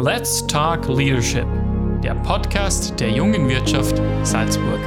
Let's Talk Leadership, der Podcast der Jungen Wirtschaft Salzburg.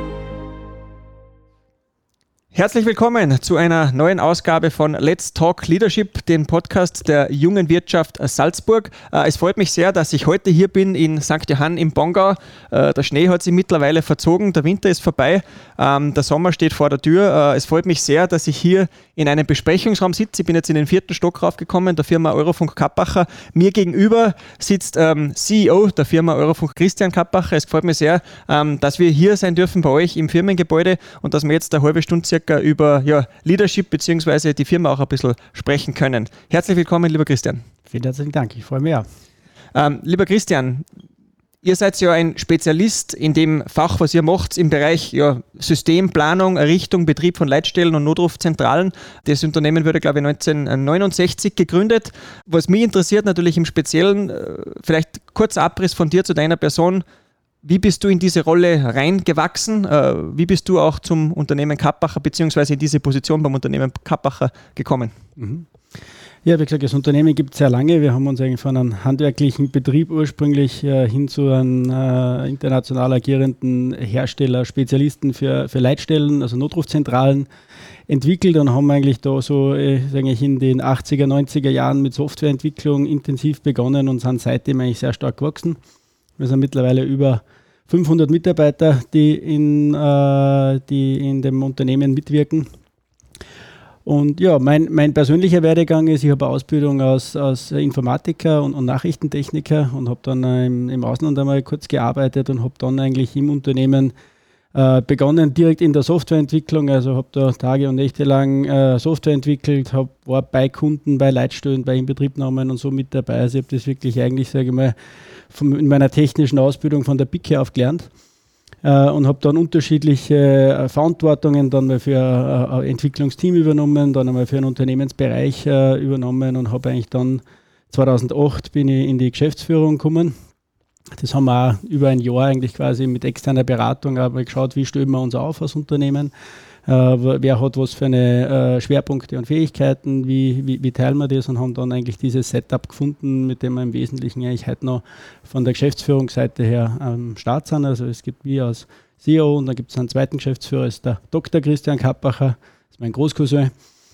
Herzlich willkommen zu einer neuen Ausgabe von Let's Talk Leadership, dem Podcast der Jungen Wirtschaft Salzburg. Es freut mich sehr, dass ich heute hier bin in St. Johann im Bongau. Der Schnee hat sich mittlerweile verzogen, der Winter ist vorbei, der Sommer steht vor der Tür. Es freut mich sehr, dass ich hier in einem Besprechungsraum sitze. Ich bin jetzt in den 4. Stock raufgekommen, der Firma Eurofunk Kappacher. Mir gegenüber sitzt CEO der Firma Eurofunk, Christian Kappacher. Es freut mich sehr, dass wir hier sein dürfen bei euch im Firmengebäude und dass wir jetzt eine halbe Stunde circa über Leadership bzw. die Firma auch ein bisschen sprechen können. Herzlich willkommen, lieber Christian. Vielen herzlichen Dank, ich freue mich auch. Lieber Christian, ihr seid ja ein Spezialist in dem Fach, was ihr macht, im Bereich Systemplanung, Errichtung, Betrieb von Leitstellen und Notrufzentralen. Das Unternehmen wurde, glaube ich, 1969 gegründet. Was mich interessiert natürlich im Speziellen, vielleicht kurzer Abriss von dir zu deiner Person. Wie bist du in diese Rolle reingewachsen? Wie bist du auch zum Unternehmen Kappacher bzw. in diese Position beim Unternehmen Kappacher gekommen? Ja, wie gesagt, das Unternehmen gibt es sehr lange. Wir haben uns eigentlich von einem handwerklichen Betrieb ursprünglich hin zu einem international agierenden Hersteller, Spezialisten für Leitstellen, also Notrufzentralen entwickelt und haben eigentlich da so eigentlich in den 80er, 90er Jahren mit Softwareentwicklung intensiv begonnen und sind seitdem eigentlich sehr stark gewachsen. Wir sind mittlerweile über 500 Mitarbeiter, die in dem Unternehmen mitwirken. Und ja, mein persönlicher Werdegang ist, ich habe eine Ausbildung als Informatiker und Nachrichtentechniker und habe dann im Ausland einmal kurz gearbeitet und habe dann eigentlich im Unternehmen begonnen direkt in der Softwareentwicklung, also habe da Tage und Nächte lang Software entwickelt, war bei Kunden, bei Leitstellen, bei Inbetriebnahmen und so mit dabei. Also ich habe das wirklich eigentlich, sage ich mal, in meiner technischen Ausbildung von der Pike auf gelernt und habe dann unterschiedliche Verantwortungen dann mal für ein Entwicklungsteam übernommen, dann einmal für einen Unternehmensbereich übernommen und habe eigentlich dann 2008 bin ich in die Geschäftsführung gekommen. Das haben wir auch über ein Jahr eigentlich quasi mit externer Beratung aber geschaut, wie stellen wir uns auf als Unternehmen, wer hat was für eine Schwerpunkte und Fähigkeiten, wie teilen wir das und haben dann eigentlich dieses Setup gefunden, mit dem wir im Wesentlichen eigentlich heute noch von der Geschäftsführungsseite her am Start sind. Also es gibt wir als CEO und dann gibt es einen zweiten Geschäftsführer, ist der Dr. Christian Kappacher, das ist mein Großcousin.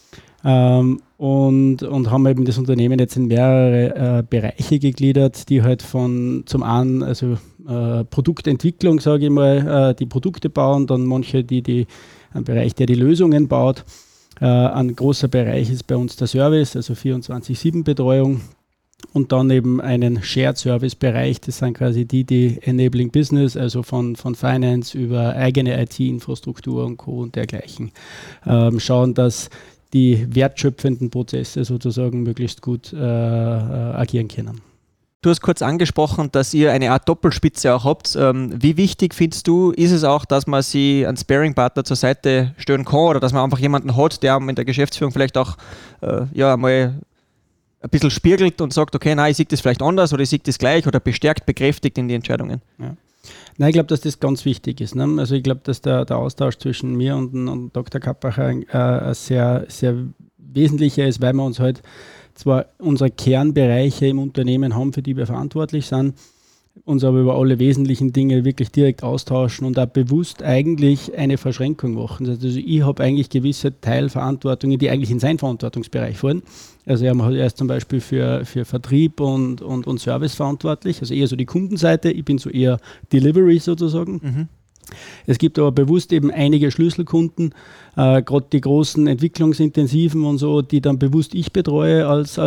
Und haben eben das Unternehmen jetzt in mehrere Bereiche gegliedert, die halt zum einen also Produktentwicklung, sage ich mal, die Produkte bauen, dann manche, ein Bereich, der die Lösungen baut. Ein großer Bereich ist bei uns der Service, also 24/7-Betreuung und dann eben einen Shared-Service-Bereich, das sind quasi die Enabling Business, also von Finance über eigene IT-Infrastruktur und Co. und dergleichen, schauen, dass die wertschöpfenden Prozesse sozusagen möglichst gut agieren können. Du hast kurz angesprochen, dass ihr eine Art Doppelspitze auch habt. Wie wichtig findest du, ist es auch, dass man sich einen Sparring-Partner zur Seite stellen kann oder dass man einfach jemanden hat, der in der Geschäftsführung vielleicht auch mal ein bisschen spiegelt und sagt, okay, nein, ich sehe das vielleicht anders oder ich sehe das gleich oder bestärkt, bekräftigt in die Entscheidungen? Ja. Nein, ich glaube, dass das ganz wichtig ist. Ne? Also ich glaube, dass der Austausch zwischen mir und Dr. Kappacher sehr, sehr wesentlicher ist, weil wir uns halt zwar unsere Kernbereiche im Unternehmen haben, für die wir verantwortlich sind, uns aber über alle wesentlichen Dinge wirklich direkt austauschen und auch bewusst eigentlich eine Verschränkung machen. Also ich habe eigentlich gewisse Teilverantwortungen, die eigentlich in seinen Verantwortungsbereich fallen. Also er ist zum Beispiel für Vertrieb und Service verantwortlich, also eher so die Kundenseite, ich bin so eher Delivery sozusagen. Mhm. Es gibt aber bewusst eben einige Schlüsselkunden, gerade die großen Entwicklungsintensiven und so, die dann bewusst ich betreue als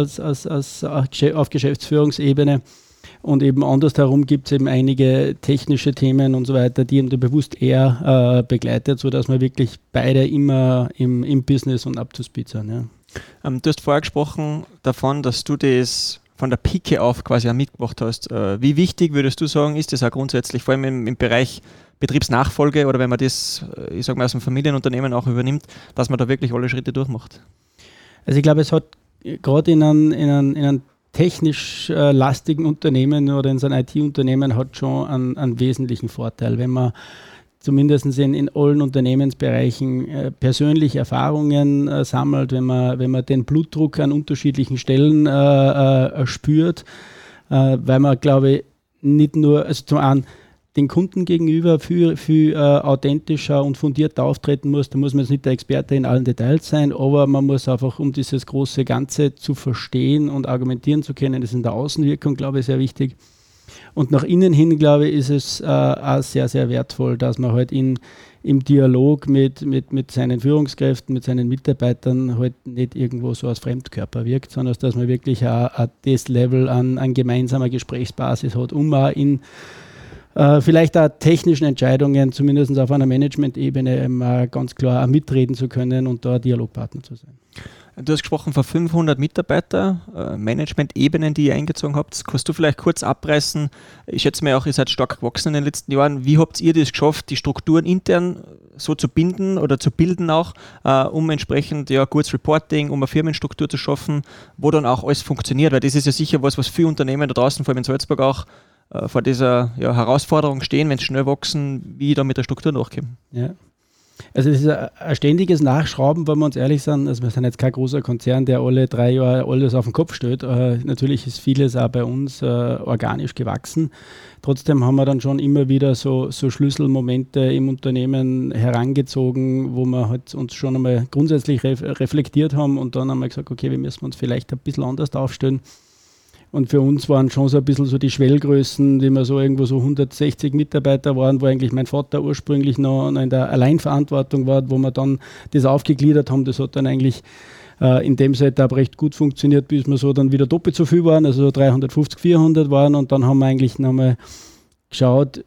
auf Geschäftsführungsebene. Und eben andersherum gibt es eben einige technische Themen und so weiter, die eben bewusst eher begleitet, sodass wir wirklich beide immer im Business und up to speed sind. Ja. Du hast vorher gesprochen davon, dass du das von der Pike auf quasi auch mitgemacht hast. Wie wichtig würdest du sagen, ist das auch grundsätzlich, vor allem im Bereich Betriebsnachfolge oder wenn man das, ich sage mal, aus dem Familienunternehmen auch übernimmt, dass man da wirklich alle Schritte durchmacht? Also ich glaube, es hat gerade in einem technisch lastigen Unternehmen oder in so einem IT-Unternehmen hat schon einen wesentlichen Vorteil, wenn man zumindest in allen Unternehmensbereichen persönliche Erfahrungen sammelt, wenn man den Blutdruck an unterschiedlichen Stellen spürt weil man, glaube ich, nicht nur, also zum einen den Kunden gegenüber viel authentischer und fundierter auftreten muss. Da muss man jetzt nicht der Experte in allen Details sein, aber man muss einfach, um dieses große Ganze zu verstehen und argumentieren zu können, das ist in der Außenwirkung, glaube ich, sehr wichtig. Und nach innen hin, glaube ich, ist es auch sehr, sehr wertvoll, dass man halt im Dialog mit seinen Führungskräften, mit seinen Mitarbeitern halt nicht irgendwo so als Fremdkörper wirkt, sondern dass man wirklich auch das Level an gemeinsamer Gesprächsbasis hat, um auch in vielleicht auch technischen Entscheidungen, zumindest auf einer Management-Ebene, ganz klar auch mitreden zu können und da Dialogpartner zu sein. Du hast gesprochen von 500 Mitarbeiter, Management-Ebenen, die ihr eingezogen habt. Kannst du vielleicht kurz abreißen? Ich schätze mir auch, ihr seid stark gewachsen in den letzten Jahren. Wie habt ihr das geschafft, die Strukturen intern so zu binden oder zu bilden auch, um entsprechend gutes Reporting, um eine Firmenstruktur zu schaffen, wo dann auch alles funktioniert? Weil das ist ja sicher was viele Unternehmen da draußen, vor allem in Salzburg auch, vor dieser Herausforderung stehen, wenn sie schnell wachsen, wie da mit der Struktur nachkommen. Ja. Also es ist ein ständiges Nachschrauben, wenn wir uns ehrlich sind. Also wir sind jetzt kein großer Konzern, der alle 3 Jahre alles auf den Kopf stellt. Natürlich ist vieles auch bei uns organisch gewachsen. Trotzdem haben wir dann schon immer wieder so Schlüsselmomente im Unternehmen herangezogen, wo wir halt uns schon einmal grundsätzlich reflektiert haben und dann haben wir gesagt, okay, wir müssen uns vielleicht ein bisschen anders aufstellen. Und für uns waren schon so ein bisschen so die Schwellgrößen, die wir so irgendwo so 160 Mitarbeiter waren, wo eigentlich mein Vater ursprünglich noch in der Alleinverantwortung war, wo wir dann das aufgegliedert haben. Das hat dann eigentlich in dem Setup recht gut funktioniert, bis wir so dann wieder doppelt so viel waren, also so 350, 400 waren. Und dann haben wir eigentlich nochmal geschaut,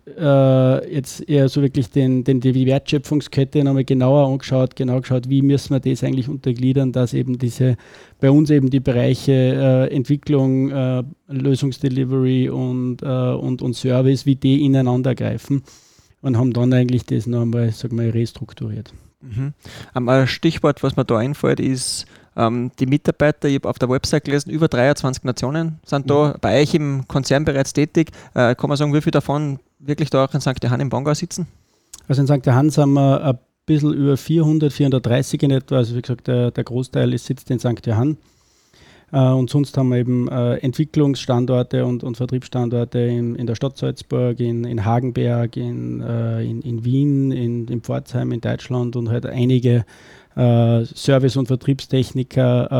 jetzt eher so wirklich die Wertschöpfungskette nochmal genauer angeschaut, wie müssen wir das eigentlich untergliedern, dass eben bei uns eben die Bereiche Entwicklung, Lösungsdelivery und Service, wie die ineinander greifen und haben dann eigentlich das nochmal, restrukturiert. Mhm. Ein Stichwort, was mir da einfällt, ist die Mitarbeiter, ich habe auf der Website gelesen, über 23 Nationen sind da bei euch im Konzern bereits tätig. Kann man sagen, wie viele davon wirklich da auch in St. Johann im Bongau sitzen? Also in St. Johann sind wir ein bisschen über 430 in etwa. Also wie gesagt, der Großteil sitzt in St. Johann. Und sonst haben wir eben Entwicklungsstandorte und Vertriebsstandorte in der Stadt Salzburg, in Hagenberg, in Wien, in Pforzheim in Deutschland und halt einige Service- und Vertriebstechniker,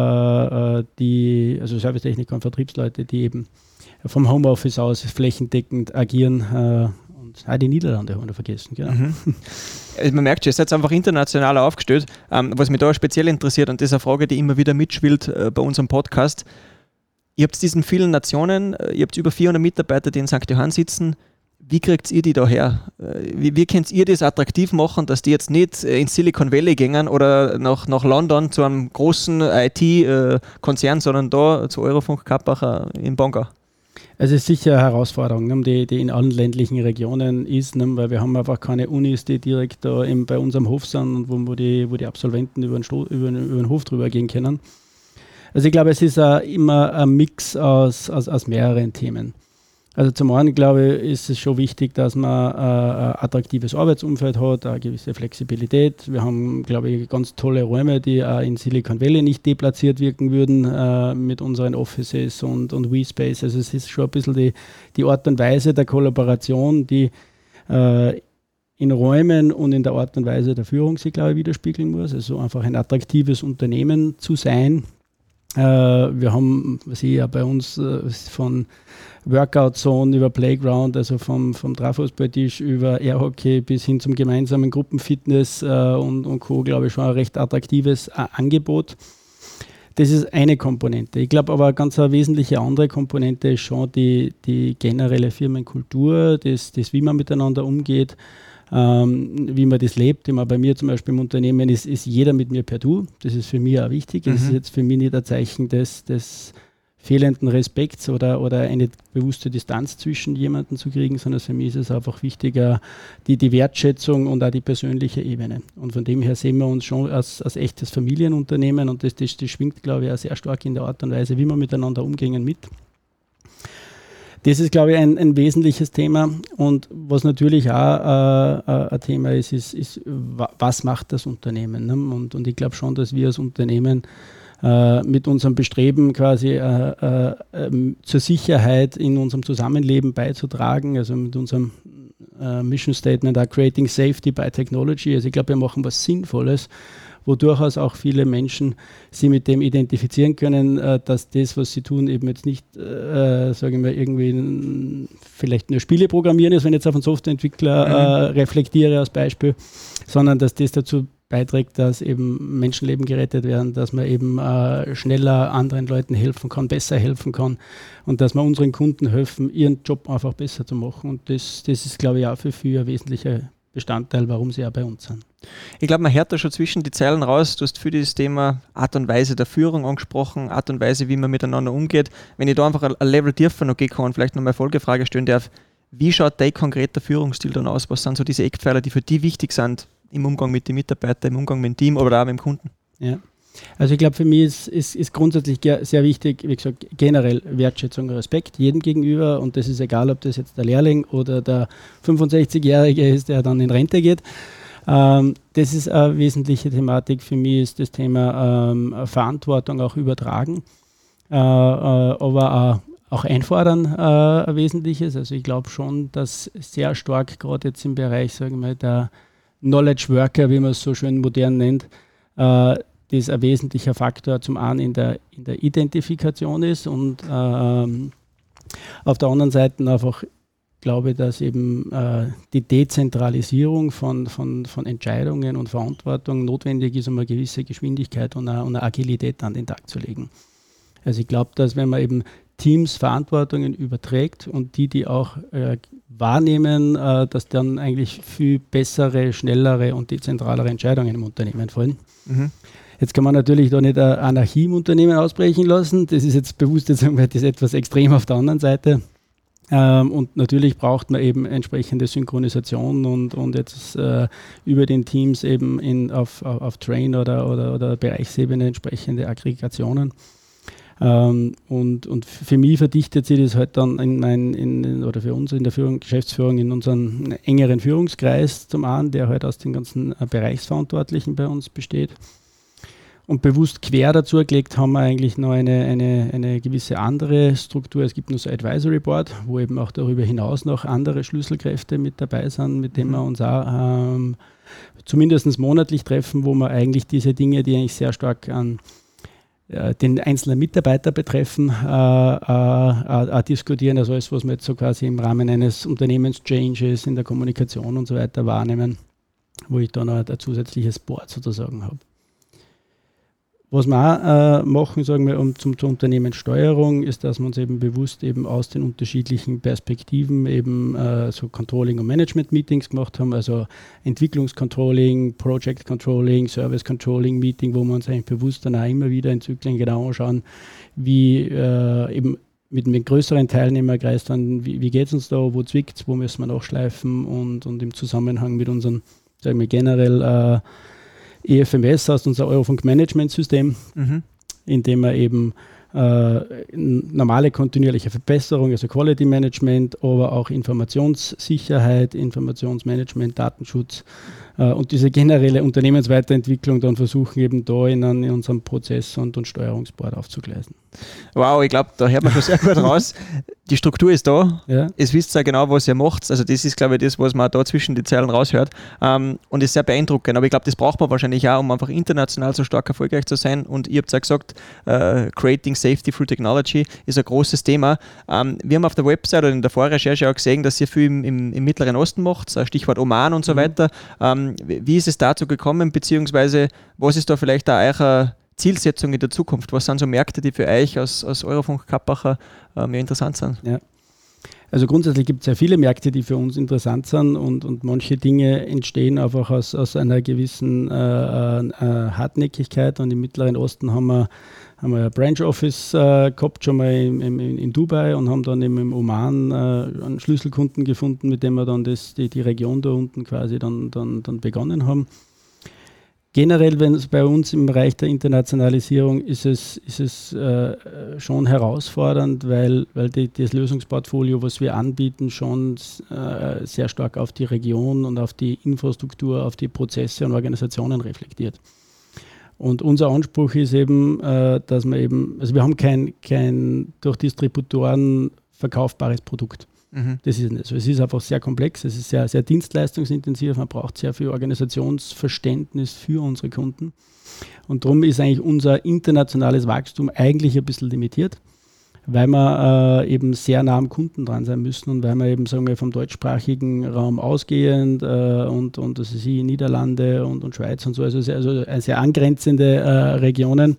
also Servicetechniker und Vertriebsleute, die eben vom Homeoffice aus flächendeckend agieren. Und die Niederlande haben wir vergessen. Genau. Mhm. Also man merkt schon, ihr seid einfach international aufgestellt. Was mich da speziell interessiert, und das ist eine Frage, die immer wieder mitschwillt bei unserem Podcast. Ihr habt diesen vielen Nationen, ihr habt über 400 Mitarbeiter, die in St. Johann sitzen. Wie kriegt ihr die da her? Wie könnt ihr das attraktiv machen, dass die jetzt nicht ins Silicon Valley gehen oder nach London zu einem großen IT-Konzern, sondern da zu Eurofunk Kappacher in Bongau? Also es ist sicher eine Herausforderung, die in allen ländlichen Regionen ist, weil wir haben einfach keine Unis, die direkt da bei unserem Hof sind und wo die Absolventen über den Hof drüber gehen können. Also ich glaube, es ist immer ein Mix aus mehreren Themen. Also zum einen, glaube ich, ist es schon wichtig, dass man ein attraktives Arbeitsumfeld hat, eine gewisse Flexibilität. Wir haben, glaube ich, ganz tolle Räume, die auch in Silicon Valley nicht deplatziert wirken würden mit unseren Offices und WeSpace. Also es ist schon ein bisschen die Art und Weise der Kollaboration, die in Räumen und in der Art und Weise der Führung sich, glaube ich, widerspiegeln muss. Also einfach ein attraktives Unternehmen zu sein. Wir haben, was ich ja bei uns von Workout-Zone über Playground, also vom Drahtfußballtisch über Airhockey bis hin zum gemeinsamen Gruppenfitness und Co., glaube ich, schon ein recht attraktives Angebot. Das ist eine Komponente. Ich glaube aber ganz eine wesentliche andere Komponente ist schon die generelle Firmenkultur, das wie man miteinander umgeht, wie man das lebt. Immer bei mir zum Beispiel im Unternehmen ist jeder mit mir per Du. Das ist für mich auch wichtig. Das ist jetzt für mich nicht ein Zeichen des fehlenden Respekts oder eine bewusste Distanz zwischen jemanden zu kriegen, sondern für mich ist es einfach wichtiger, die Wertschätzung und auch die persönliche Ebene. Und von dem her sehen wir uns schon als echtes Familienunternehmen und das schwingt, glaube ich, auch sehr stark in der Art und Weise, wie wir miteinander umgehen mit. Das ist, glaube ich, ein wesentliches Thema. Und was natürlich auch ein Thema ist, was macht das Unternehmen? Ne? Und ich glaube schon, dass wir als Unternehmen mit unserem Bestreben quasi zur Sicherheit in unserem Zusammenleben beizutragen, also mit unserem Mission Statement, Creating Safety by Technology. Also ich glaube, wir machen was Sinnvolles, wo durchaus auch viele Menschen sich mit dem identifizieren können, dass das, was sie tun, eben jetzt nicht, sagen wir, irgendwie vielleicht nur Spiele programmieren ist, wenn ich jetzt auf einen Softwareentwickler reflektiere als Beispiel, sondern dass das dazu beiträgt, dass eben Menschenleben gerettet werden, dass man eben schneller anderen Leuten helfen kann, besser helfen kann und dass wir unseren Kunden helfen, ihren Job einfach besser zu machen. Und das ist, glaube ich, auch für viele ein wesentlicher Bestandteil, warum sie auch bei uns sind. Ich glaube, man hört da schon zwischen die Zeilen raus. Du hast für dieses Thema Art und Weise der Führung angesprochen, Art und Weise, wie man miteinander umgeht. Wenn ich da einfach ein Level tiefer noch gehen kann und vielleicht noch mal eine Folgefrage stellen darf, wie schaut dein konkreter Führungsstil dann aus? Was sind so diese Eckpfeiler, die für dich wichtig sind im Umgang mit den Mitarbeitern, im Umgang mit dem Team oder auch mit dem Kunden? Ja. Also ich glaube, für mich ist grundsätzlich sehr wichtig, wie gesagt, generell Wertschätzung und Respekt jedem gegenüber, und das ist egal, ob das jetzt der Lehrling oder der 65-Jährige ist, der dann in Rente geht. Das ist eine wesentliche Thematik. Für mich ist das Thema Verantwortung auch übertragen, aber auch einfordern ein wesentliches. Also ich glaube schon, dass sehr stark gerade jetzt im Bereich, sagen wir mal, der Knowledge Worker, wie man es so schön modern nennt, das ein wesentlicher Faktor zum einen in der Identifikation ist und auf der anderen Seite einfach glaube, dass eben die Dezentralisierung von Entscheidungen und Verantwortung notwendig ist, um eine gewisse Geschwindigkeit und eine Agilität an den Tag zu legen. Also ich glaube, dass wenn man eben Teams Verantwortungen überträgt und die auch wahrnehmen, dass dann eigentlich viel bessere, schnellere und dezentralere Entscheidungen im Unternehmen fallen. Mhm. Jetzt kann man natürlich da nicht eine Anarchie im Unternehmen ausbrechen lassen. Das ist jetzt bewusst, jetzt sagen wir, das ist etwas extrem auf der anderen Seite. Und natürlich braucht man eben entsprechende Synchronisation und jetzt über den Teams eben auf Train- oder Bereichsebene entsprechende Aggregationen. Und für mich verdichtet sich das halt dann oder für uns in der Geschäftsführung in unseren engeren Führungskreis zum einen, der halt aus den ganzen Bereichsverantwortlichen bei uns besteht. Und bewusst quer dazu gelegt haben wir eigentlich noch eine gewisse andere Struktur. Es gibt noch so ein Advisory Board, wo eben auch darüber hinaus noch andere Schlüsselkräfte mit dabei sind, mit denen wir uns auch zumindest monatlich treffen, wo wir eigentlich diese Dinge, die eigentlich sehr stark an den einzelnen Mitarbeiter betreffen, diskutieren. Also alles, was wir jetzt so quasi im Rahmen eines Unternehmenschanges in der Kommunikation und so weiter wahrnehmen, wo ich dann noch ein zusätzliches Board sozusagen habe. Was wir auch machen, sagen wir, zur Unternehmenssteuerung, ist, dass wir uns eben bewusst eben aus den unterschiedlichen Perspektiven eben so Controlling- und Management-Meetings gemacht haben, also Entwicklungscontrolling, Project Controlling, Service Controlling Meeting, wo wir uns eigentlich bewusst dann auch immer wieder in Zyklen genau anschauen, wie eben mit einem größeren Teilnehmerkreis dann, wie geht es uns da, wo zwickt es, wo müssen wir nachschleifen und im Zusammenhang mit unseren, sagen wir generell, EFMS heißt unser Eurofunk-Management-System, in dem wir eben normale kontinuierliche Verbesserung, also Quality Management, aber auch Informationssicherheit, Informationsmanagement, Datenschutz und diese generelle Unternehmensweiterentwicklung dann versuchen eben da in unserem Prozess- und Steuerungsboard aufzugleisen. Wow, ich glaube, da hört man schon sehr gut raus. Die Struktur ist da. Ja. Es wisst ja genau, was ihr macht. Also das ist, glaube ich, das, was man da zwischen die Zeilen raushört. Und ist sehr beeindruckend. Aber ich glaube, das braucht man wahrscheinlich auch, um einfach international so stark erfolgreich zu sein. Und ihr habt ja gesagt, Creating Safety through Technology ist ein großes Thema. Wir haben auf der Website oder in der Vorrecherche auch gesehen, dass ihr viel im Mittleren Osten macht, Stichwort Oman und so weiter. Wie ist es dazu gekommen, beziehungsweise was ist da vielleicht auch eure Zielsetzung in der Zukunft? Was sind so Märkte, die für euch als Eurofunk Kappacher interessant sind? Ja. Also grundsätzlich gibt es sehr viele Märkte, die für uns interessant sind und manche Dinge entstehen einfach aus einer gewissen Hartnäckigkeit. Und im Mittleren Osten haben wir ein Branch Office gehabt, schon mal in Dubai, und haben dann eben im Oman einen Schlüsselkunden gefunden, mit dem wir dann die Region da unten quasi dann begonnen haben. Generell, wenn es bei uns im Bereich der Internationalisierung ist es schon herausfordernd, weil das Lösungsportfolio, was wir anbieten, schon sehr stark auf die Region und auf die Infrastruktur, auf die Prozesse und Organisationen reflektiert. Und unser Anspruch ist eben, dass wir eben, also wir haben kein durch Distributoren verkaufbares Produkt. Das ist nicht so. Es ist einfach sehr komplex, es ist sehr, sehr dienstleistungsintensiv, man braucht sehr viel Organisationsverständnis für unsere Kunden. Und darum ist eigentlich unser internationales Wachstum eigentlich ein bisschen limitiert, weil wir eben sehr nah am Kunden dran sein müssen und weil wir eben, sagen wir, vom deutschsprachigen Raum ausgehend und das ist die Niederlande und Schweiz und so, also sehr angrenzende Regionen,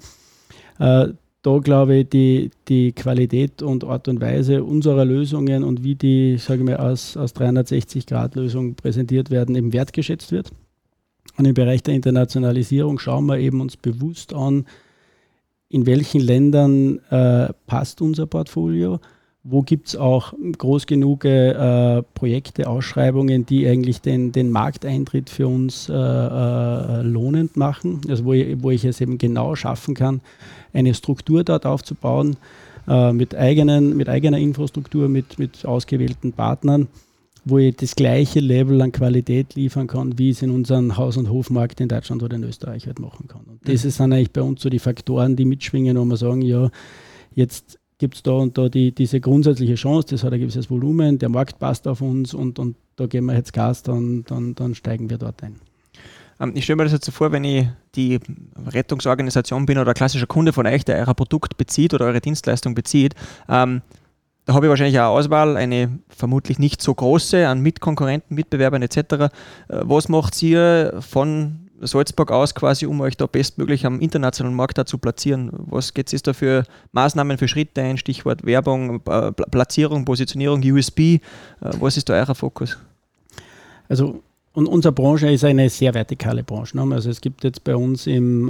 da glaube ich, die Qualität und Art und Weise unserer Lösungen und wie die, sage ich mal, aus 360-Grad-Lösungen präsentiert werden, eben wertgeschätzt wird. Und im Bereich der Internationalisierung schauen wir eben uns bewusst an, in welchen Ländern passt unser Portfolio, wo gibt es auch groß genug Projekte, Ausschreibungen, die eigentlich den Markteintritt für uns lohnend machen, also wo ich es eben genau schaffen kann, eine Struktur dort aufzubauen, mit eigener Infrastruktur, mit ausgewählten Partnern, wo ich das gleiche Level an Qualität liefern kann, wie ich es in unserem Haus- und Hofmarkt in Deutschland oder in Österreich halt machen kann. Und das sind eigentlich bei uns so die Faktoren, die mitschwingen, wo wir sagen, ja, jetzt gibt es da und da diese grundsätzliche Chance, das hat ein gewisses Volumen, der Markt passt auf uns und da geben wir jetzt Gas, dann steigen wir dort ein. Ich stelle mir das jetzt so vor, wenn ich die Rettungsorganisation bin oder ein klassischer Kunde von euch, der euer Produkt bezieht oder eure Dienstleistung bezieht, da habe ich wahrscheinlich auch eine Auswahl, eine vermutlich nicht so große an Mitkonkurrenten, Mitbewerbern etc. Was macht ihr von Salzburg aus quasi, um euch da bestmöglich am internationalen Markt da zu platzieren? Was geht es da für Maßnahmen, für Schritte ein? Stichwort Werbung, Platzierung, Positionierung, USP. Was ist da euer Fokus? Also und unsere Branche ist eine sehr vertikale Branche. Also es gibt jetzt bei uns im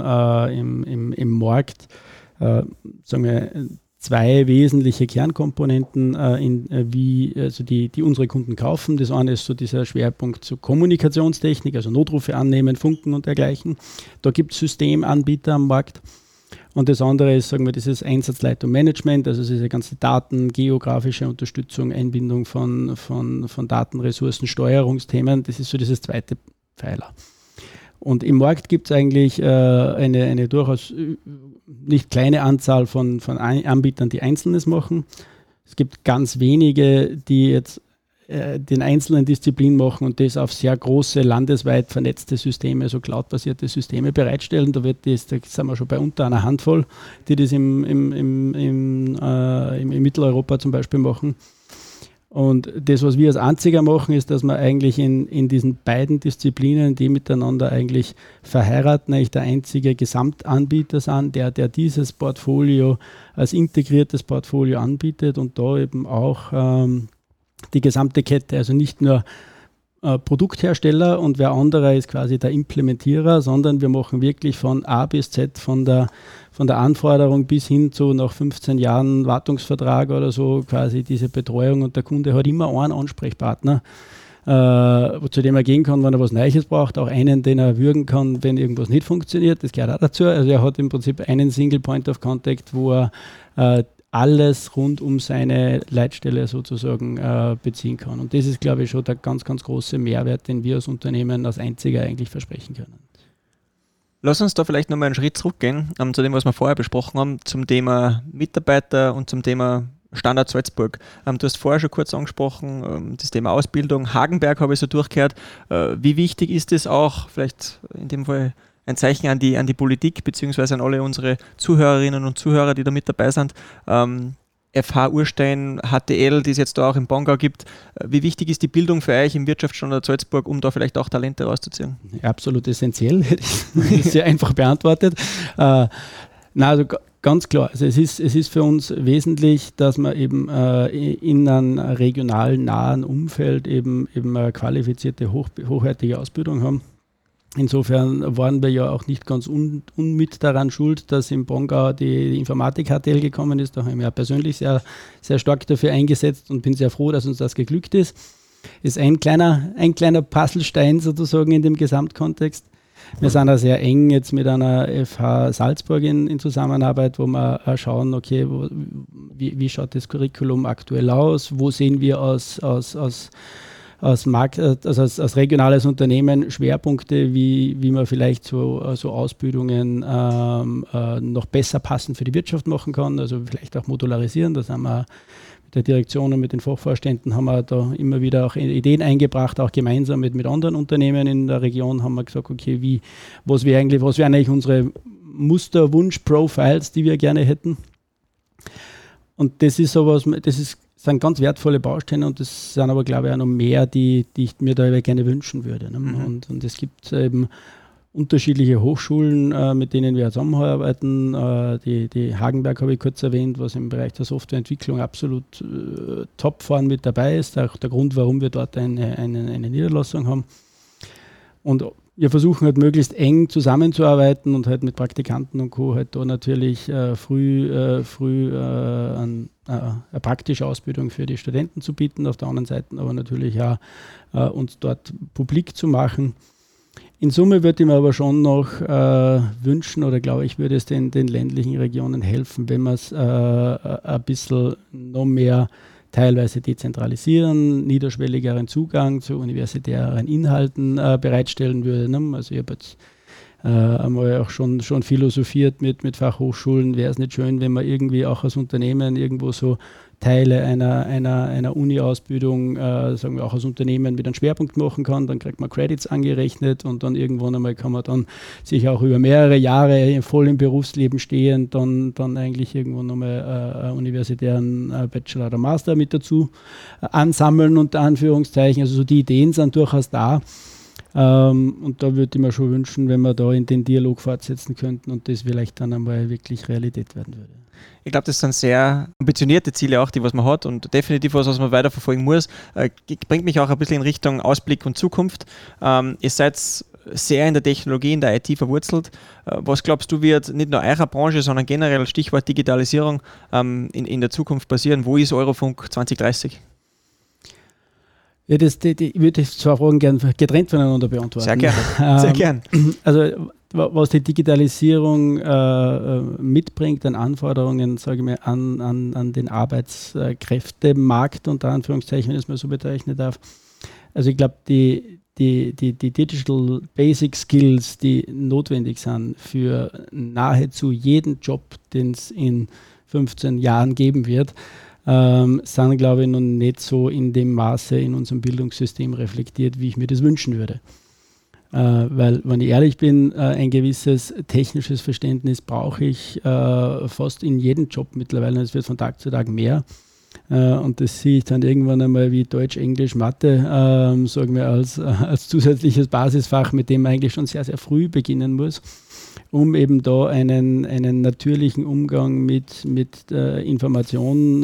Markt, sagen wir, zwei wesentliche Kernkomponenten, die unsere Kunden kaufen. Das eine ist so dieser Schwerpunkt zur Kommunikationstechnik, also Notrufe annehmen, Funken und dergleichen. Da gibt es Systemanbieter am Markt. Und das andere ist, sagen wir, dieses Einsatzleitung Management, also diese ganze Daten, geografische Unterstützung, Einbindung von Datenressourcen, Steuerungsthemen. Das ist so dieses zweite Pfeiler. Und im Markt gibt es eigentlich eine durchaus nicht kleine Anzahl von Anbietern, die Einzelnes machen. Es gibt ganz wenige, die jetzt den einzelnen Disziplinen machen und das auf sehr große, landesweit vernetzte Systeme, so cloudbasierte Systeme bereitstellen. Da sind wir schon bei unter einer Handvoll, die das im Mitteleuropa zum Beispiel machen. Und das, was wir als einziger machen, ist, dass wir eigentlich in diesen beiden Disziplinen, die miteinander eigentlich verheiraten, eigentlich der einzige Gesamtanbieter sind, der dieses Portfolio als integriertes Portfolio anbietet und da eben auch die gesamte Kette, also nicht nur Produkthersteller und wer anderer ist quasi der Implementierer, sondern wir machen wirklich von A bis Z, von der Anforderung bis hin zu nach 15 Jahren Wartungsvertrag oder so quasi diese Betreuung und der Kunde hat immer einen Ansprechpartner, zu dem er gehen kann, wenn er was Neues braucht, auch einen, den er würgen kann, wenn irgendwas nicht funktioniert, das gehört auch dazu. Also er hat im Prinzip einen Single Point of Contact, wo er alles rund um seine Leitstelle sozusagen beziehen kann. Und das ist, glaube ich, schon der ganz, ganz große Mehrwert, den wir als Unternehmen als einziger eigentlich versprechen können. Lass uns da vielleicht nochmal einen Schritt zurückgehen zu dem, was wir vorher besprochen haben, zum Thema Mitarbeiter und zum Thema Standort Salzburg. Du hast vorher schon kurz angesprochen, das Thema Ausbildung. Hagenberg habe ich so durchgehört. Wie wichtig ist es auch, vielleicht in dem Fall ein Zeichen an die Politik beziehungsweise an alle unsere Zuhörerinnen und Zuhörer, die da mit dabei sind. FH Urstein, HTL, die es jetzt da auch im Bongau gibt. Wie wichtig ist die Bildung für euch im Wirtschaftsstandort Salzburg, um da vielleicht auch Talente rauszuziehen? Absolut essentiell, das ist sehr einfach beantwortet. Also ganz klar, also es ist für uns wesentlich, dass wir eben in einem regional nahen Umfeld eben eine qualifizierte, hochwertige Ausbildung haben. Insofern waren wir ja auch nicht ganz unmit daran schuld, dass im Bongau die Informatik-HTL gekommen ist. Da habe ich mich ja persönlich sehr, sehr stark dafür eingesetzt und bin sehr froh, dass uns das geglückt ist. Ist ein kleiner Puzzlestein sozusagen in dem Gesamtkontext. Wir sind auch sehr eng jetzt mit einer FH Salzburg in Zusammenarbeit, wo wir schauen, okay, wie schaut das Curriculum aktuell aus? Wo sehen wir aus als regionales Unternehmen Schwerpunkte, wie man vielleicht so Ausbildungen noch besser passend für die Wirtschaft machen kann, also vielleicht auch modularisieren. Das haben wir mit der Direktion und mit den Fachvorständen haben wir da immer wieder auch Ideen eingebracht, auch gemeinsam mit anderen Unternehmen in der Region haben wir gesagt, okay, was wären eigentlich unsere Muster-Wunsch-Profiles, die wir gerne hätten. Und das ist sowas, sind ganz wertvolle Bausteine und das sind aber, glaube ich, auch noch mehr, die ich mir da gerne wünschen würde. Ne? Mhm. Und es gibt eben unterschiedliche Hochschulen, mit denen wir zusammenarbeiten. Die Hagenberg habe ich kurz erwähnt, was im Bereich der Softwareentwicklung absolut top vorn mit dabei ist. Auch der Grund, warum wir dort eine Niederlassung haben. Und wir versuchen halt möglichst eng zusammenzuarbeiten und halt mit Praktikanten und Co. halt da natürlich früh eine praktische Ausbildung für die Studenten zu bieten, auf der anderen Seite aber natürlich auch uns dort publik zu machen. In Summe würde ich mir aber schon noch wünschen oder glaube ich, würde es den ländlichen Regionen helfen, wenn wir es ein bisschen noch mehr teilweise dezentralisieren, niederschwelligeren Zugang zu universitären Inhalten bereitstellen würde. Ne? Also ich habe jetzt einmal auch schon philosophiert mit Fachhochschulen. Wäre es nicht schön, wenn man irgendwie auch als Unternehmen irgendwo so Teile einer Uni-Ausbildung, sagen wir auch als Unternehmen mit einem Schwerpunkt machen kann, dann kriegt man Credits angerechnet und dann irgendwann einmal kann man dann sich auch über mehrere Jahre voll im Berufsleben stehen, dann eigentlich irgendwann nochmal einen universitären Bachelor oder Master mit dazu ansammeln, unter Anführungszeichen. Also so die Ideen sind durchaus da. Und da würde ich mir schon wünschen, wenn wir da in den Dialog fortsetzen könnten und das vielleicht dann einmal wirklich Realität werden würde. Ich glaube, das sind sehr ambitionierte Ziele auch, die was man hat und definitiv was man weiterverfolgen muss. Bringt mich auch ein bisschen in Richtung Ausblick und Zukunft. Ihr seid sehr in der Technologie, in der IT verwurzelt. Was glaubst du, wird nicht nur eurer Branche, sondern generell Stichwort Digitalisierung in der Zukunft passieren? Wo ist Eurofunk 2030? Ja, ich würde die zwei Fragen gerne getrennt voneinander beantworten. Sehr gern. Sehr gern. Also was die Digitalisierung mitbringt an Anforderungen, sage ich mal, an den Arbeitskräftemarkt, unter Anführungszeichen, wenn ich es mal so bezeichnen darf. Also ich glaube, die Digital Basic Skills, die notwendig sind für nahezu jeden Job, den es in 15 Jahren geben wird, sind, glaube ich, noch nicht so in dem Maße in unserem Bildungssystem reflektiert, wie ich mir das wünschen würde. Weil, wenn ich ehrlich bin, ein gewisses technisches Verständnis brauche ich fast in jedem Job mittlerweile. Es wird von Tag zu Tag mehr. Und das sehe ich dann irgendwann einmal wie Deutsch, Englisch, Mathe, sagen wir als zusätzliches Basisfach, mit dem man eigentlich schon sehr, sehr früh beginnen muss, um eben da einen natürlichen Umgang mit Informationen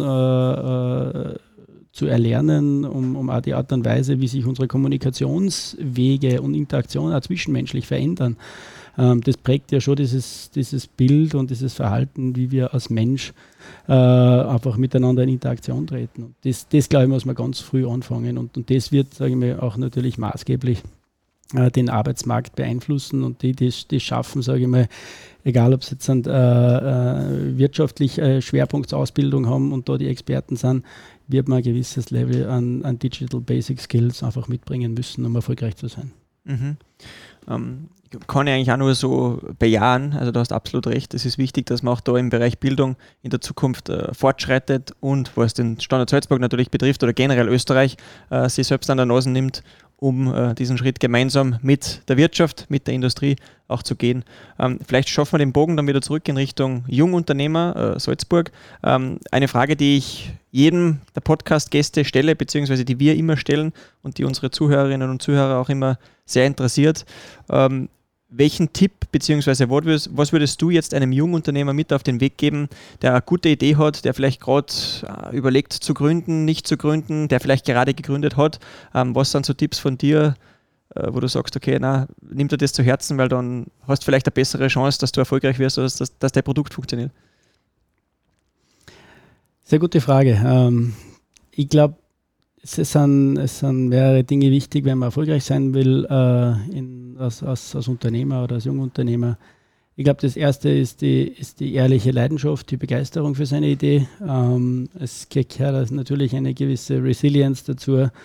zu erlernen, um auch die Art und Weise, wie sich unsere Kommunikationswege und Interaktionen auch zwischenmenschlich verändern. Das prägt ja schon dieses Bild und dieses Verhalten, wie wir als Mensch einfach miteinander in Interaktion treten. Und das glaube ich, muss man ganz früh anfangen. Und das wird, sage ich mal, auch natürlich maßgeblich den Arbeitsmarkt beeinflussen und die schaffen, sage ich mal, egal ob sie jetzt wirtschaftlich Schwerpunktsausbildung haben und da die Experten sind, wird man ein gewisses Level an Digital Basic Skills einfach mitbringen müssen, um erfolgreich zu sein. Mhm. Kann ich eigentlich auch nur so bejahen, also du hast absolut recht, es ist wichtig, dass man auch da im Bereich Bildung in der Zukunft fortschreitet und was den Standort Salzburg natürlich betrifft oder generell Österreich, sich selbst an der Nase nimmt, um diesen Schritt gemeinsam mit der Wirtschaft, mit der Industrie auch zu gehen. Vielleicht schaffen wir den Bogen dann wieder zurück in Richtung Jungunternehmer Salzburg. Eine Frage, die ich jedem der Podcast-Gäste stelle, beziehungsweise die wir immer stellen und die unsere Zuhörerinnen und Zuhörer auch immer sehr interessiert. Welchen Tipp beziehungsweise was würdest du jetzt einem Jungunternehmer mit auf den Weg geben, der eine gute Idee hat, der vielleicht gerade überlegt zu gründen, nicht zu gründen, der vielleicht gerade gegründet hat? Was sind so Tipps von dir, wo du sagst, okay, nimm dir das zu Herzen, weil dann hast du vielleicht eine bessere Chance, dass du erfolgreich wirst oder dass dein Produkt funktioniert? Sehr gute Frage. Ich glaube, es sind mehrere Dinge wichtig, wenn man erfolgreich sein will als Unternehmer oder als Jungunternehmer. Ich glaube, das Erste ist die ehrliche Leidenschaft, die Begeisterung für seine Idee. Es gehört natürlich eine gewisse Resilienz dazu,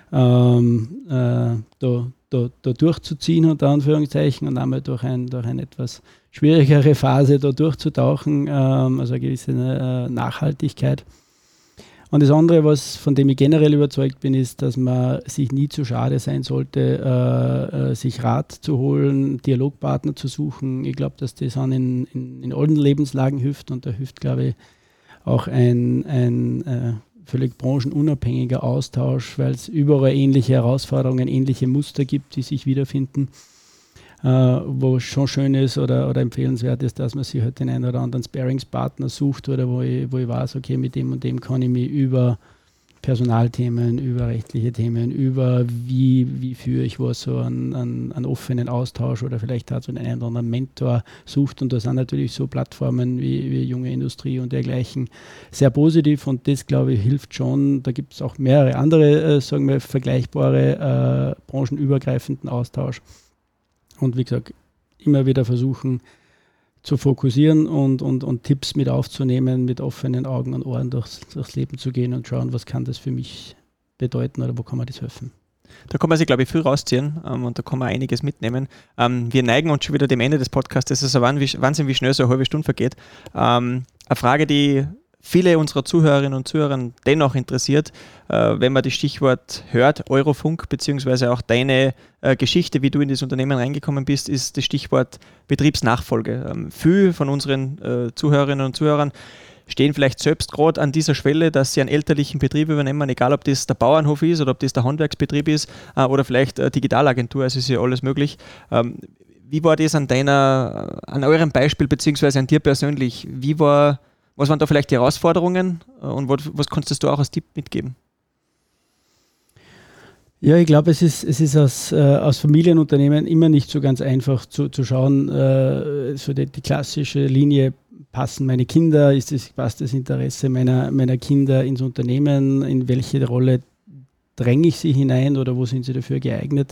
da durchzuziehen, unter Anführungszeichen, und einmal durch eine etwas schwierigere Phase da durchzutauchen, also eine gewisse Nachhaltigkeit. Und das andere, von dem ich generell überzeugt bin, ist, dass man sich nie zu schade sein sollte, sich Rat zu holen, Dialogpartner zu suchen. Ich glaube, dass das an in allen Lebenslagen hilft, und da hilft, glaube ich, auch ein völlig branchenunabhängiger Austausch, weil es überall ähnliche Herausforderungen, ähnliche Muster gibt, die sich wiederfinden. Wo es schon schön ist oder empfehlenswert ist, dass man sich halt den einen oder anderen Sparringspartner sucht, oder wo ich weiß, okay, mit dem und dem kann ich mich über Personalthemen, über rechtliche Themen, über wie führe ich was, so einen offenen Austausch oder vielleicht auch so einen oder anderen Mentor sucht. Und da sind natürlich so Plattformen wie Junge Industrie und dergleichen sehr positiv, und das, glaube ich, hilft schon. Da gibt es auch mehrere andere, sagen wir, vergleichbare branchenübergreifenden Austausch. Und wie gesagt, immer wieder versuchen zu fokussieren und Tipps mit aufzunehmen, mit offenen Augen und Ohren durchs Leben zu gehen und schauen, was kann das für mich bedeuten oder wo kann man das helfen. Da kann man sich, glaube ich, viel rausziehen, und da kann man einiges mitnehmen. Wir neigen uns schon wieder dem Ende des Podcasts. Es ist ein Wahnsinn, wie schnell so eine halbe Stunde vergeht. Eine Frage, die viele unserer Zuhörerinnen und Zuhörer dennoch interessiert, wenn man das Stichwort hört, Eurofunk, beziehungsweise auch deine Geschichte, wie du in das Unternehmen reingekommen bist, ist das Stichwort Betriebsnachfolge. Viele von unseren Zuhörerinnen und Zuhörern stehen vielleicht selbst gerade an dieser Schwelle, dass sie einen elterlichen Betrieb übernehmen, egal ob das der Bauernhof ist oder ob das der Handwerksbetrieb ist oder vielleicht eine Digitalagentur, also ist ja alles möglich. Wie war das an eurem Beispiel, beziehungsweise an dir persönlich? Was waren da vielleicht die Herausforderungen, und was konntest du auch als Tipp mitgeben? Ja, ich glaube, es ist aus Familienunternehmen immer nicht so ganz einfach zu schauen, so die klassische Linie, passen meine Kinder, passt das Interesse meiner Kinder ins Unternehmen, in welche Rolle dränge ich sie hinein oder wo sind sie dafür geeignet.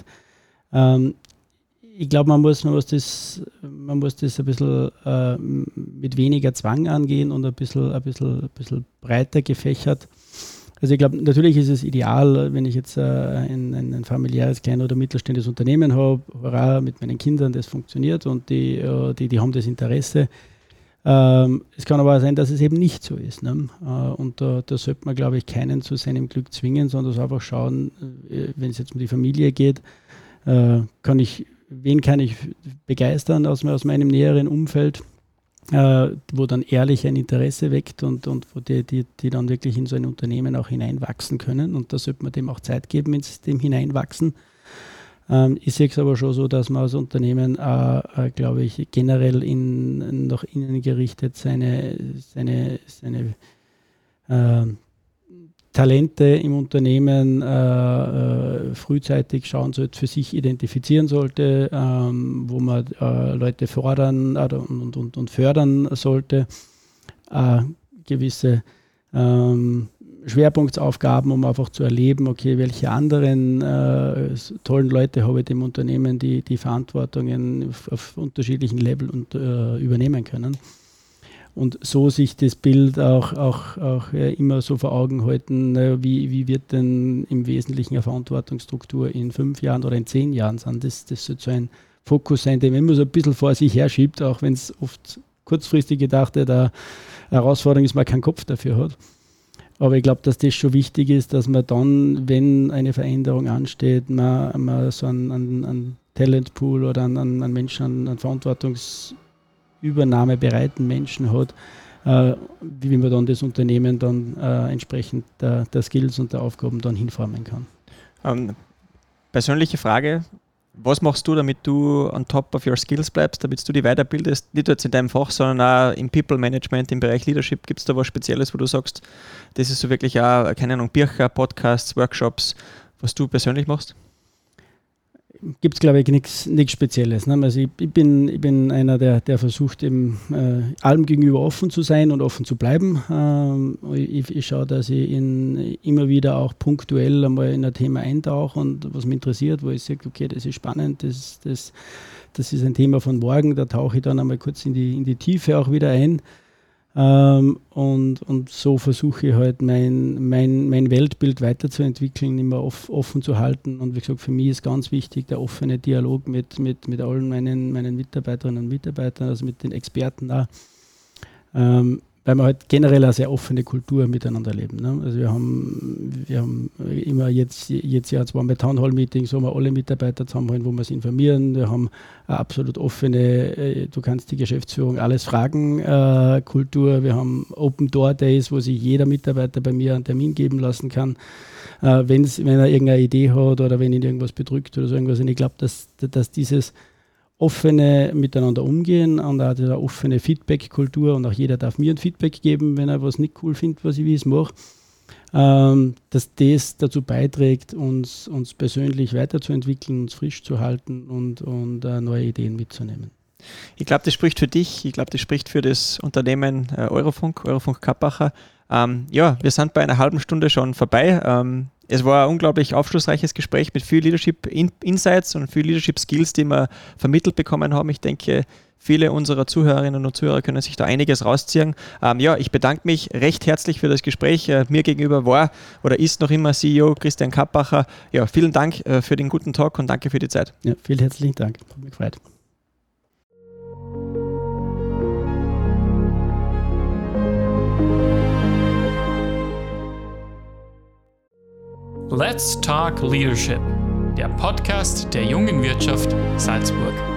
Ich glaube, man muss das ein bisschen mit weniger Zwang angehen und ein bisschen breiter gefächert. Also ich glaube, natürlich ist es ideal, wenn ich jetzt ein familiäres, klein- oder mittelständisches Unternehmen habe, hurra, mit meinen Kindern, das funktioniert und die haben das Interesse. Es kann aber auch sein, dass es eben nicht so ist. Ne? Und da sollte man, glaube ich, keinen zu seinem Glück zwingen, sondern einfach schauen, wenn es jetzt um die Familie geht, wen kann ich begeistern aus meinem näheren Umfeld, wo dann ehrlich ein Interesse weckt und wo die dann wirklich in so ein Unternehmen auch hineinwachsen können. Und da sollte man dem auch Zeit geben, ins dem Hineinwachsen. Ich sehe es aber schon so, dass man als Unternehmen, glaube ich, generell nach innen gerichtet seine Talente im Unternehmen frühzeitig schauen sollte, für sich identifizieren sollte, wo man Leute fordern und fördern sollte. Gewisse Schwerpunktsaufgaben, um einfach zu erleben, okay, welche anderen tollen Leute habe ich im Unternehmen, die Verantwortungen auf unterschiedlichen Level übernehmen können. Und so sich das Bild auch immer so vor Augen halten, wie wird denn im Wesentlichen eine Verantwortungsstruktur in 5 Jahren oder in 10 Jahren sein. Das sollte so ein Fokus sein, den man immer so ein bisschen vor sich her schiebt, auch wenn es oft kurzfristig gedachte eine Herausforderung ist, man keinen Kopf dafür hat. Aber ich glaube, dass das schon wichtig ist, dass man dann, wenn eine Veränderung ansteht, man so einen Talentpool oder einen Menschen, einen verantwortungsübernahmebereiten Menschen hat, wie man dann das Unternehmen dann entsprechend der Skills und der Aufgaben dann hinformen kann. Persönliche Frage, was machst du, damit du on top of your skills bleibst, damit du dich weiterbildest, nicht nur jetzt in deinem Fach, sondern auch im People Management, im Bereich Leadership? Gibt es da was Spezielles, wo du sagst, das ist so wirklich auch, keine Ahnung, Bücher, Podcasts, Workshops, was du persönlich machst? Gibt es, glaube ich, nichts Spezielles. Ne? Also ich bin einer, der versucht, eben allem gegenüber offen zu sein und offen zu bleiben. Ich schaue, dass ich immer wieder auch punktuell einmal in ein Thema eintauche und was mich interessiert, wo ich sage, okay, das ist spannend, das ist ein Thema von morgen, da tauche ich dann einmal kurz in die Tiefe auch wieder ein. Und so versuche ich halt mein Weltbild weiterzuentwickeln, immer offen zu halten. Und wie gesagt, für mich ist ganz wichtig der offene Dialog mit allen meinen Mitarbeiterinnen und Mitarbeitern, also mit den Experten auch. Weil wir halt generell eine sehr offene Kultur miteinander leben. Ne? Also wir haben immer jetzt ja zweimal Townhall-Meetings, wo wir alle Mitarbeiter zusammenholen, wo wir uns informieren. Wir haben eine absolut offene, du kannst die Geschäftsführung alles fragen, Kultur. Wir haben Open Door Days, wo sich jeder Mitarbeiter bei mir einen Termin geben lassen kann, wenn er irgendeine Idee hat oder wenn ihn irgendwas bedrückt oder so irgendwas. Und ich glaube, dass dieses offene Miteinander umgehen und auch diese offene Feedback-Kultur und auch jeder darf mir ein Feedback geben, wenn er was nicht cool findet, wie ich es mache, dass das dazu beiträgt, uns persönlich weiterzuentwickeln, uns frisch zu halten und neue Ideen mitzunehmen. Ich glaube, das spricht für dich, ich glaube, das spricht für das Unternehmen Eurofunk Kappacher. Wir sind bei einer halben Stunde schon vorbei. Es war ein unglaublich aufschlussreiches Gespräch mit viel Leadership Insights und viel Leadership Skills, die wir vermittelt bekommen haben. Ich denke, viele unserer Zuhörerinnen und Zuhörer können sich da einiges rausziehen. Ich bedanke mich recht herzlich für das Gespräch. Mir gegenüber war oder ist noch immer CEO Christian Kappacher. Ja, vielen Dank für den guten Talk und danke für die Zeit. Ja, vielen herzlichen Dank. Hat mich gefreut. Let's Talk Leadership, der Podcast der Jungen Wirtschaft Salzburg.